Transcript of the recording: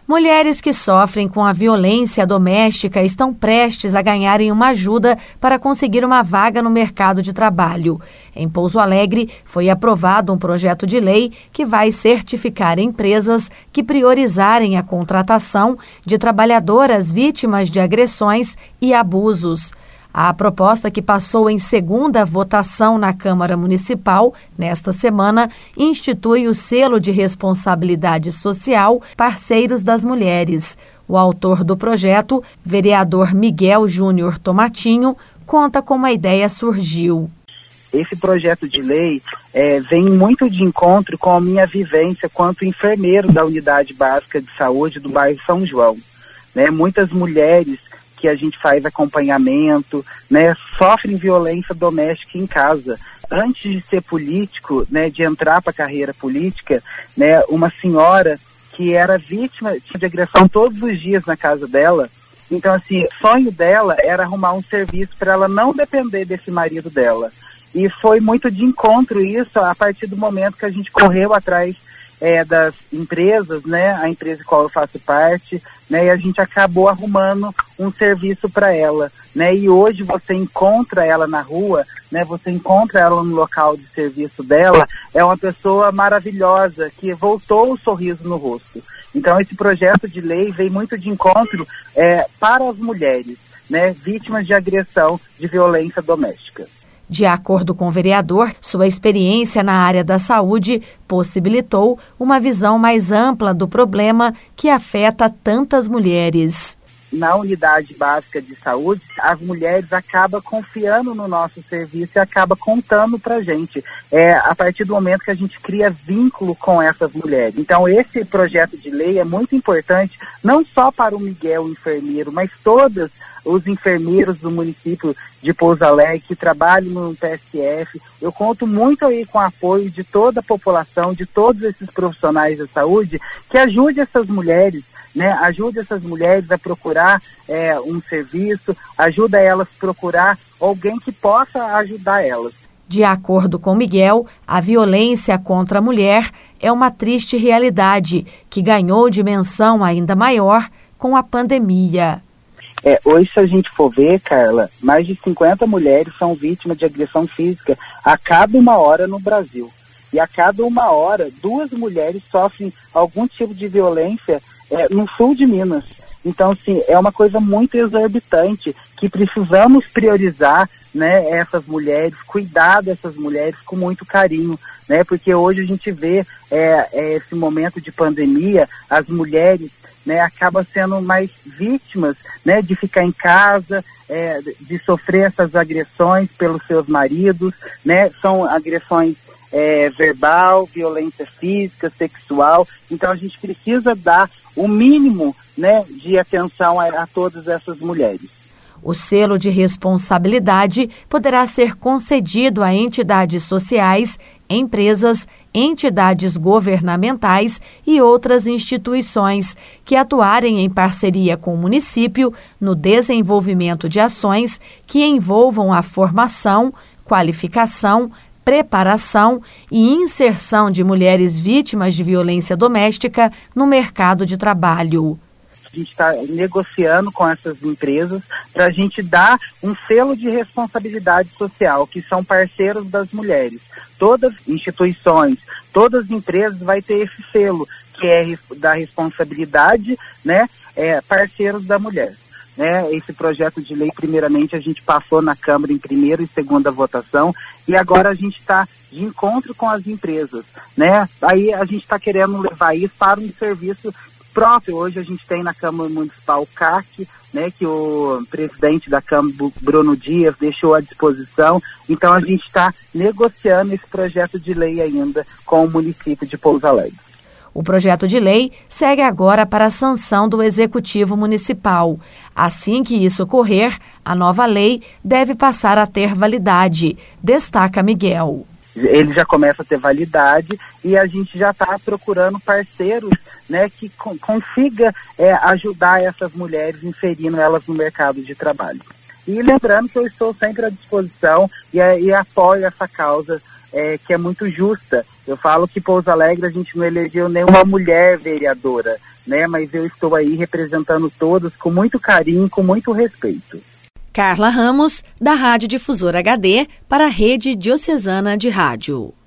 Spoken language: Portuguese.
Mulheres que sofrem com a violência doméstica estão prestes a ganharem uma ajuda para conseguir uma vaga no mercado de trabalho. Em Pouso Alegre, foi aprovado um projeto de lei que vai certificar empresas que priorizarem a contratação de trabalhadoras vítimas de agressões e abusos. A proposta, que passou em segunda votação na Câmara Municipal nesta semana, institui o selo de responsabilidade social Parceiros das Mulheres. O autor do projeto, vereador Miguel Júnior Tomatinho, conta como a ideia surgiu. Esse projeto de lei vem muito de encontro com a minha vivência quanto enfermeiro da Unidade Básica de Saúde do bairro São João. Muitas mulheres que a gente faz acompanhamento, sofrem violência doméstica em casa. Antes de ser político, de entrar para a carreira política, uma senhora que era vítima de agressão todos os dias na casa dela. Então, assim, o sonho dela era arrumar um serviço para ela não depender desse marido dela. E foi muito de encontro isso a partir do momento que a gente correu atrás das empresas, a empresa em qual eu faço parte, e a gente acabou arrumando um serviço para ela, e hoje você encontra ela na rua, você encontra ela no local de serviço dela, é uma pessoa maravilhosa, que voltou o sorriso no rosto. Então esse projeto de lei vem muito de encontro para as mulheres, vítimas de agressão, de violência doméstica. De acordo com o vereador, sua experiência na área da saúde possibilitou uma visão mais ampla do problema que afeta tantas mulheres. Na unidade básica de saúde, as mulheres acabam confiando no nosso serviço e acabam contando para a gente. A partir do momento que a gente cria vínculo com essas mulheres. Então, esse projeto de lei é muito importante, não só para o Miguel, o enfermeiro, mas todos os enfermeiros do município de Pouso Alegre que trabalham no PSF. Eu conto muito aí com o apoio de toda a população, de todos esses profissionais da saúde, que ajude essas mulheres, ajude essas mulheres a procurar um serviço, ajuda elas a procurar alguém que possa ajudar elas. De acordo com Miguel, a violência contra a mulher é uma triste realidade que ganhou dimensão ainda maior com a pandemia. Hoje, se a gente for ver, Carla, mais de 50 mulheres são vítimas de agressão física a cada 1 hora no Brasil. E a cada 1 hora, 2 mulheres sofrem algum tipo de violência no sul de Minas. Então, assim, é uma coisa muito exorbitante que precisamos priorizar, essas mulheres, cuidar dessas mulheres com muito carinho, porque hoje a gente vê esse momento de pandemia, as mulheres acabam sendo mais vítimas, de ficar em casa, de sofrer essas agressões pelos seus maridos, são agressões verbal, violência física, sexual. Então a gente precisa dar o mínimo, de atenção a todas essas mulheres. O selo de responsabilidade poderá ser concedido a entidades sociais, empresas, entidades governamentais e outras instituições que atuarem em parceria com o município no desenvolvimento de ações que envolvam a formação, qualificação, preparação e inserção de mulheres vítimas de violência doméstica no mercado de trabalho. A gente está negociando com essas empresas para a gente dar um selo de responsabilidade social, que são parceiros das mulheres. Todas as instituições, todas as empresas vão ter esse selo, que é da responsabilidade, parceiros da mulher. Esse projeto de lei, primeiramente, a gente passou na Câmara em primeira e segunda votação, e agora a gente está de encontro com as empresas. Aí a gente está querendo levar isso para um serviço próprio. Hoje a gente tem na Câmara Municipal o CAC, que o presidente da Câmara, Bruno Dias, deixou à disposição. Então a gente está negociando esse projeto de lei ainda com o município de Pouso Alegre. O projeto de lei segue agora para a sanção do Executivo Municipal. Assim que isso ocorrer, a nova lei deve passar a ter validade, destaca Miguel. Ele já começa a ter validade e a gente já está procurando parceiros, que consiga ajudar essas mulheres, inserindo elas no mercado de trabalho. E lembrando que eu estou sempre à disposição e apoio essa causa que é muito justa. Eu falo que Pouso Alegre a gente não elegeu nenhuma mulher vereadora, né? Mas eu estou aí representando todos com muito carinho, com muito respeito. Carla Ramos, da Rádio Difusora HD, para a Rede Diocesana de Rádio.